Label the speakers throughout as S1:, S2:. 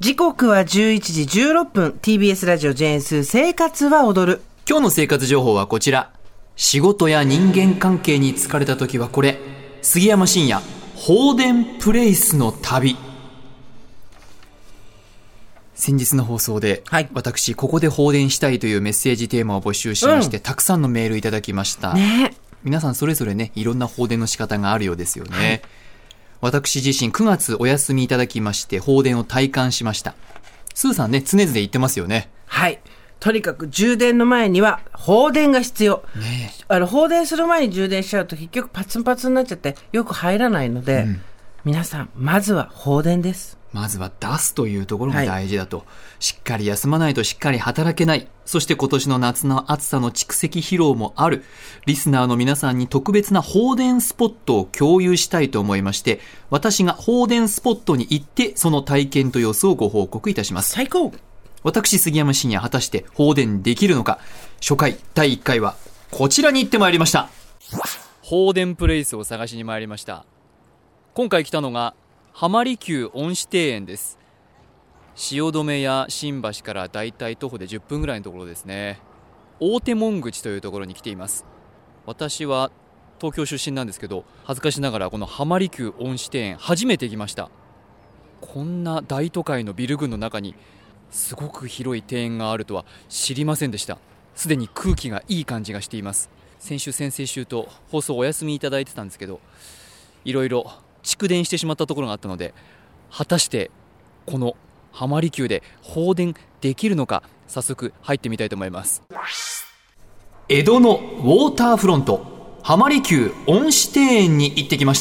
S1: 時刻は11時16分 TBS ラジオジェーンス生活は踊る。
S2: 今日の生活情報はこちら。仕事や人間関係に疲れた時はこれ。杉山真也放電プレイスの旅。先日の放送で、はい、私ここで放電したいというメッセージテーマを募集しまして、たくさんのメールいただきました、ね、皆さんそれぞれねいろんな放電の仕方があるようですよね、はい、私自身9月お休みいただきまして放電を体感しました。スーさんね常々言ってますよね。はい、
S1: とにかく充電の前には放電が必要、ね、放電する前に充電しちゃうと結局パツンパツンになっちゃってよく入らないので、皆さんまずは放電です。
S2: まずは出すというところが大事だと、はい、しっかり休まないとしっかり働けない。そして今年の夏の暑さの蓄積疲労もある。リスナーの皆さんに特別な放電スポットを共有したいと思いまして、私が放電スポットに行ってその体験と様子をご報告いたします。
S1: 最高。
S2: 私杉山真也果たして放電できるのか。初回第1回はこちらに行ってまいりました。放電プレイスを探しに参りました。今回来たのが浜離宮恩賜庭園です。汐留や新橋からだいたい徒歩で10分ぐらいのところですね。大手門口というところに来ています。私は東京出身なんですけど、恥ずかしながらこの浜離宮恩賜庭園初めて来ました。こんな大都会のビル群の中にすごく広い庭園があるとは知りませんでした。すでに空気がいい感じがしています。先週先々週と放送お休みいただいてたんですけど、いろいろ蓄電してしまったところがあったので、果たしてこの浜離宮で放電できるのか、早速入ってみたいと思います。江戸のウォーターフロント浜離宮恩賜庭園に行ってきました。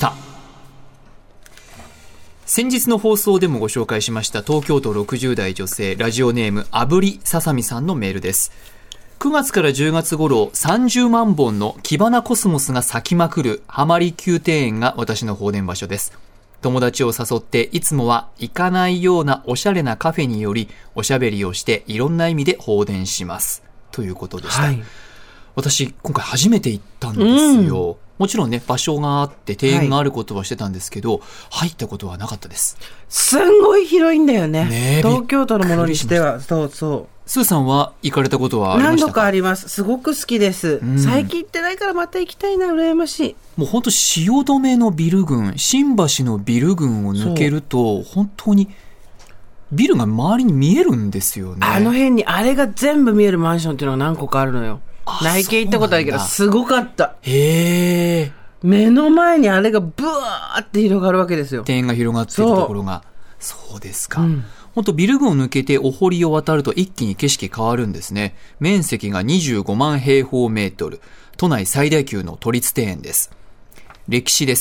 S2: 先日の放送でもご紹介しました東京都60代女性ラジオネームあぶりささみさんのメールです。9月から10月頃30万本のキバナコスモスが咲きまくる浜離宮庭園が私の放電場所です。友達を誘っていつもは行かないようなおしゃれなカフェによりおしゃべりをしていろんな意味で放電しますということでした、はい、私今回初めて行ったんですよ、もちろんね場所があって庭園があることはしてたんですけど、入ったことはなかったです。
S1: すんごい広いんだよ ね東京都のものにしては。そうそう。
S2: スーさんは行かれたことはありましたか？
S1: 何度かあります。すごく好きです、最近行ってないからまた行きたいな。羨ましい。
S2: もう本当汐留のビル群、新橋のビル群を抜けると本当にビルが周りに見えるんですよね。
S1: あの辺にあれが全部見えるマンションっていうのが何個かあるのよ。内見行ったことあるけどすごかった。
S2: へー。
S1: 目の前にあれがブワーって広がるわけですよ。
S2: 庭園が広がっているところが。そうですか、本当ビル群を抜けてお堀を渡ると一気に景色変わるんですね。面積が25万平方メートル、都内最大級の都立庭園です。歴史です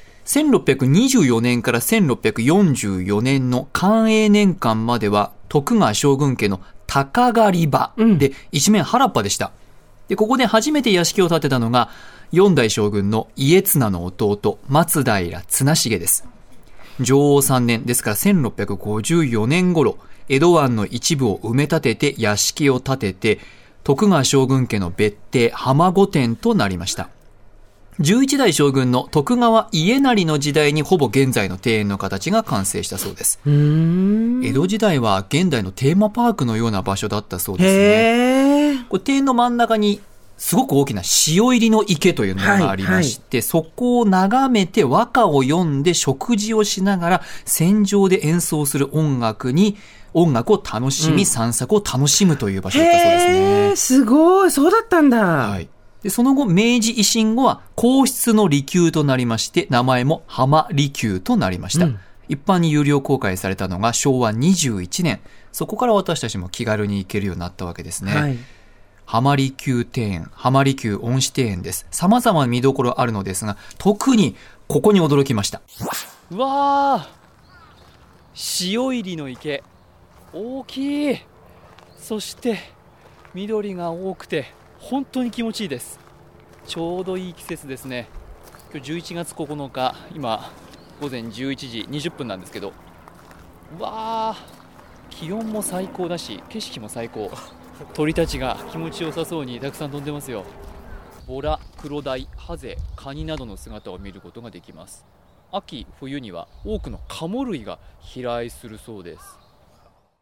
S2: 。1624年から1644年の寛永年間までは徳川将軍家の鷹狩り場で、一面原っぱでした。でここで初めて屋敷を建てたのが4代将軍の家綱の弟松平綱重です。承応3年ですから1654年頃、江戸湾の一部を埋め立てて屋敷を建てて徳川将軍家の別邸浜御殿となりました。11代将軍の徳川家斉の時代にほぼ現在の庭園の形が完成したそうです。江戸時代は現代のテーマパークのような場所だったそうですね。これ庭園の真ん中にすごく大きな潮入りの池というのがありまして、そこを眺めて和歌を読んで食事をしながら戦場で演奏する音楽を楽しみ、散策を楽しむという場所だったそうですね。
S1: すごい、そうだったんだ。
S2: はい。でその後明治維新後は皇室の離宮となりまして、名前も浜離宮となりました、一般に有料公開されたのが昭和21年。そこから私たちも気軽に行けるようになったわけですね、浜離宮庭園、浜離宮恩賜庭園です。様々な見どころあるのですが、特にここに驚きました。うわー、潮入りの池、大きい。そして緑が多くて本当に気持ちいいです。ちょうどいい季節ですね。今日11月9日、今午前11時20分なんですけど、うわー、気温も最高だし景色も最高。鳥たちが気持ちよさそうにたくさん飛んでますよ。ボラ、クロダイ、ハゼ、カニなどの姿を見ることができます。秋冬には多くのカモ類が飛来するそうです。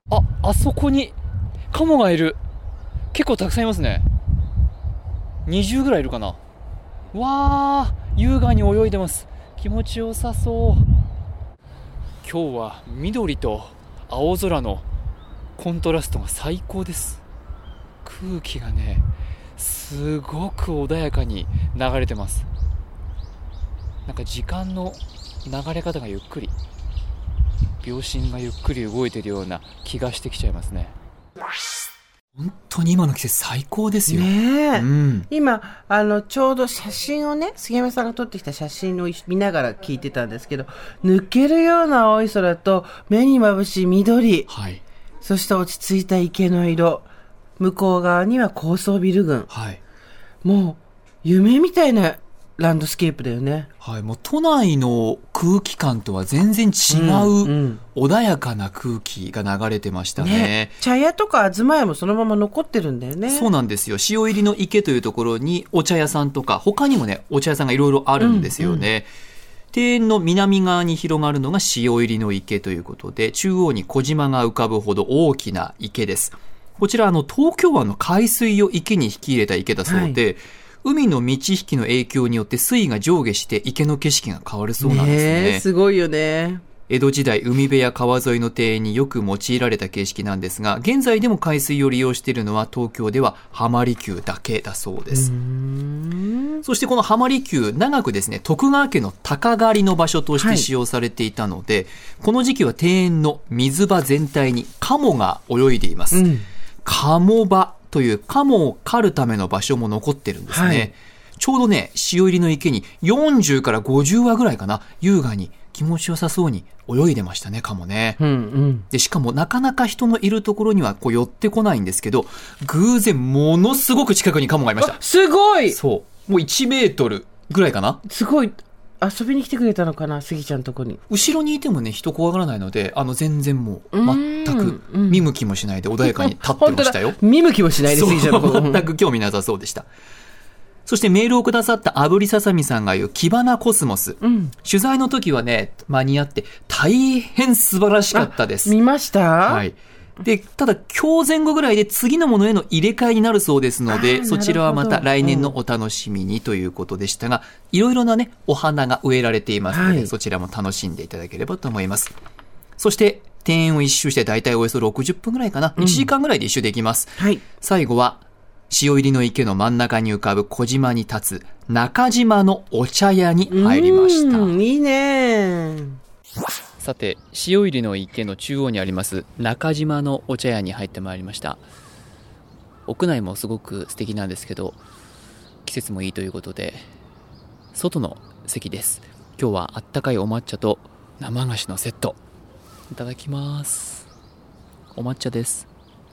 S2: あそこにカモがいる。結構たくさんいますね。20ぐらいいるかな。わー、優雅に泳いでます。気持ちよさそう。今日は緑と青空のコントラストが最高です。空気がね、すごく穏やかに流れてます。なんか時間の流れ方がゆっくり、秒針がゆっくり動いているような気がしてきちゃいますね。本当に今の季節最高ですよ。
S1: ねえ、今ちょうど写真をね、杉山さんが撮ってきた写真を見ながら聞いてたんですけど、抜けるような青い空と目にまぶしい緑、
S2: はい、
S1: そして落ち着いた池の色、向こう側には高層ビル群、
S2: はい、
S1: もう夢みたいなランドスケープだよね。
S2: はい、もう都内の空気感とは全然違う、穏やかな空気が流れてましたね。
S1: 茶屋とか東屋もそのまま残ってるんだよね。
S2: そうなんですよ。塩入りの池というところにお茶屋さんとか、他にもね、お茶屋さんがいろいろあるんですよね。庭園の南側に広がるのが塩入りの池ということで、中央に小島が浮かぶほど大きな池です。こちら東京湾の海水を池に引き入れた池だそうで、海の満ち引きの影響によって水位が上下して池の景色が変わるそうなんですね。
S1: すごいよね。
S2: 江戸時代、海辺や川沿いの庭園によく用いられた景色なんですが、現在でも海水を利用しているのは東京では浜離宮だけだそうです。そしてこの浜離宮、長くですね、徳川家の鷹狩りの場所として使用されていたので、この時期は庭園の水場全体にカモが泳いでいます。カモ場というカモを狩るための場所も残ってるんですね。ちょうどね、塩入りの池に40から50羽ぐらいかな、優雅に気持ちよさそうに泳いでましたね、カモね。で、しかもなかなか人のいるところには寄ってこないんですけど、偶然ものすごく近くにカモがいました。
S1: すごい。
S2: そう。もう1メートルぐらいかな。
S1: すごい。遊びに来てくれたのかな、杉ちゃんのとこに。
S2: 後ろにいてもね、人怖がらないので、全然もう、全く見向きもしないで穏やかに立ってましたよ。
S1: 見向きもしないで、杉ちゃんのとこ。
S2: 全く興味なさそうでした。そしてメールをくださった炙りささみさんが言うキバナコスモス。取材の時はね、間に合って大変素晴らしかったです。
S1: 見ました？
S2: はい。で、ただ今日前後ぐらいで次のものへの入れ替えになるそうですので、そちらはまた来年のお楽しみにということでしたが、いろいろなね、お花が植えられていますので、そちらも楽しんでいただければと思います。そして庭園を一周してだいたいおよそ60分ぐらいかな、1時間ぐらいで一周できます。最後は塩入りの池の真ん中に浮かぶ小島に立つ中島のお茶屋に入りました。
S1: いいね。
S2: さて、塩入りの池の中央にあります中島のお茶屋に入ってまいりました。屋内もすごく素敵なんですけど、季節もいいということで外の席です。今日はあったかいお抹茶と生菓子のセット。いただきます。お抹茶です。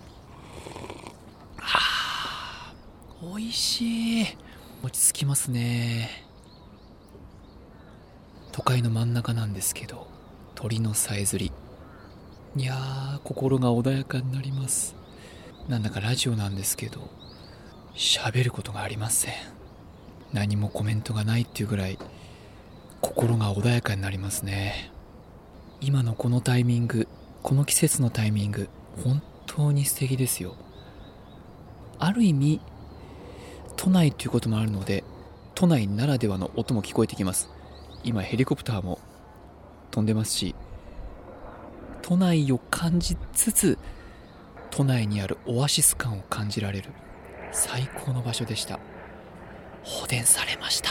S2: 美味しい。落ち着きますね。都会の真ん中なんですけど、鳥のさえずり、いやー、心が穏やかになります。なんだかラジオなんですけど、喋ることがありません。何もコメントがないっていうぐらい心が穏やかになりますね。今のこのタイミング、この季節のタイミング、本当に素敵ですよ。ある意味都内ということもあるので、都内ならではの音も聞こえてきます。今ヘリコプターも飛んでますし、都内を感じつつ都内にあるオアシス感を感じられる最高の場所でした。放電されました。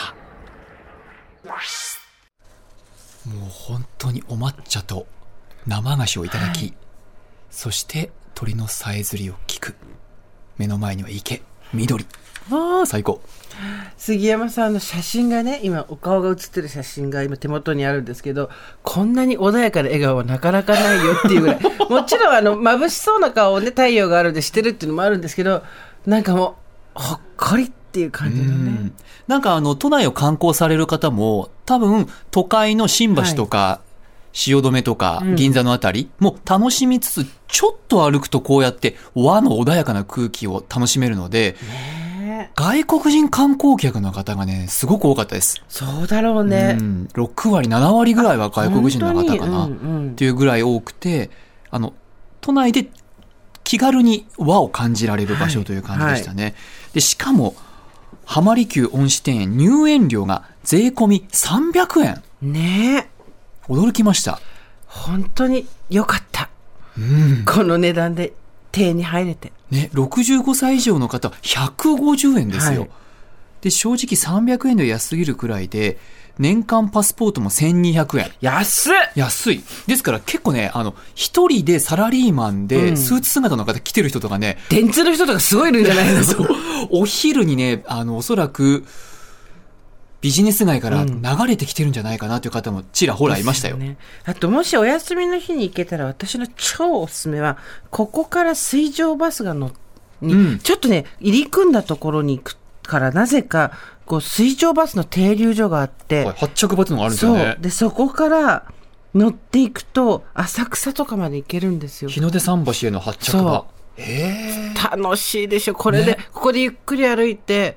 S2: もう本当にお抹茶と生菓子をいただき、そして鳥のさえずりを聞く。目の前には池、緑、最高。
S1: 杉山さんの写真がね、今お顔が写ってる写真が今手元にあるんですけど、こんなに穏やかな笑顔はなかなかないよっていうぐらいもちろん眩しそうな顔をね、太陽があるんでしてるっていうのもあるんですけど、なんかもうほっこりっていう感じのね。
S2: なんか都内を観光される方も多分都会の新橋とか、汐留とか銀座のあたりも楽しみつつ、ちょっと歩くとこうやって和の穏やかな空気を楽しめるので、外国人観光客の方がね、すごく多かったです。
S1: そうだろうね。
S2: 6割、7割ぐらいは外国人の方かなっていうぐらい多くて、 都内で気軽に和を感じられる場所という感じでしたね。でしかも浜離宮恩賜庭園入園料が税込み300円。
S1: ねえ。
S2: 驚きました。
S1: 本当に良かった。
S2: うん。
S1: この値段で庭園に入れて。
S2: ね、65歳以上の方は150円ですよ。で、正直300円で安すぎるくらいで、年間パスポートも1200円。
S1: 安っ。
S2: 安い。ですから結構ね、一人でサラリーマンで、スーツ姿の方来てる人とかね。
S1: 電通の人とかすごいいるんじゃないの？
S2: そう。お昼にね、おそらく、ビジネス街から流れてきてるんじゃないかなという方もちらほらいましたよ。
S1: ね、あともしお休みの日に行けたら私の超おすすめはここから水上バスがちょっとね入り組んだところに行くからなぜかこう水上バスの停留所があって、
S2: はい、発着バスのがあるんですよね。
S1: そうでそこから乗っていくと浅草とかまで行けるんですよ。
S2: 日の出桟橋への発着が
S1: 楽しいでしょこれで、ね、ここでゆっくり歩いて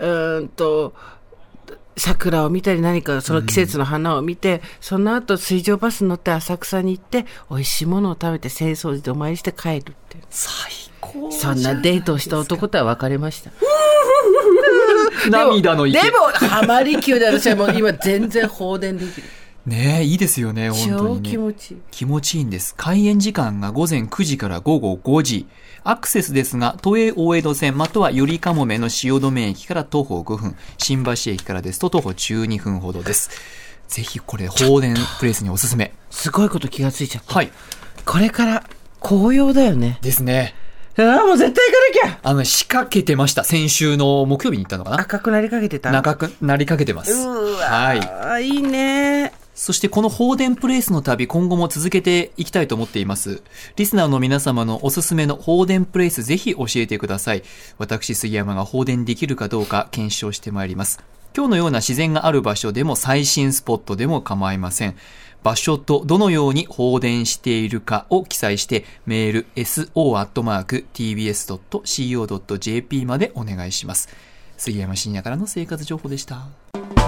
S1: 桜を見たり何かその季節の花を見て、その後水上バスに乗って浅草に行って美味しいものを食べて浅草寺でお参りして帰るって
S2: 最高。
S1: そんなデートをした男とは別れました。
S2: 涙の池。
S1: でも浜離宮で私はもう今全然放電できる。
S2: ねえ、いいですよね、本当に、ね。
S1: 超気持ちいい。
S2: 気持ちいいんです。開園時間が午前9時から午後5時。アクセスですが、都営大江戸線またはゆりかもめの汐留駅から徒歩5分、新橋駅からですと徒歩12分ほどです。ぜひこれ、放電プレイスにおすすめ。
S1: すごいこと気がついちゃった。
S2: はい。
S1: これから紅葉だよね。
S2: ですね。
S1: ああ、もう絶対行かなきゃ。
S2: 仕掛けてました。先週の木曜日に行ったのかな。
S1: 赤くなりかけてた。
S2: 赤くなりかけてます。
S1: うわ
S2: はい。
S1: いいね。
S2: そしてこの放電プレイスの旅今後も続けていきたいと思っています。リスナーの皆様のおすすめの放電プレイスぜひ教えてください。私杉山が放電できるかどうか検証してまいります。今日のような自然がある場所でも最新スポットでも構いません。場所とどのように放電しているかを記載してメール so@tbs.co.jp までお願いします。杉山深也からの生活情報でした。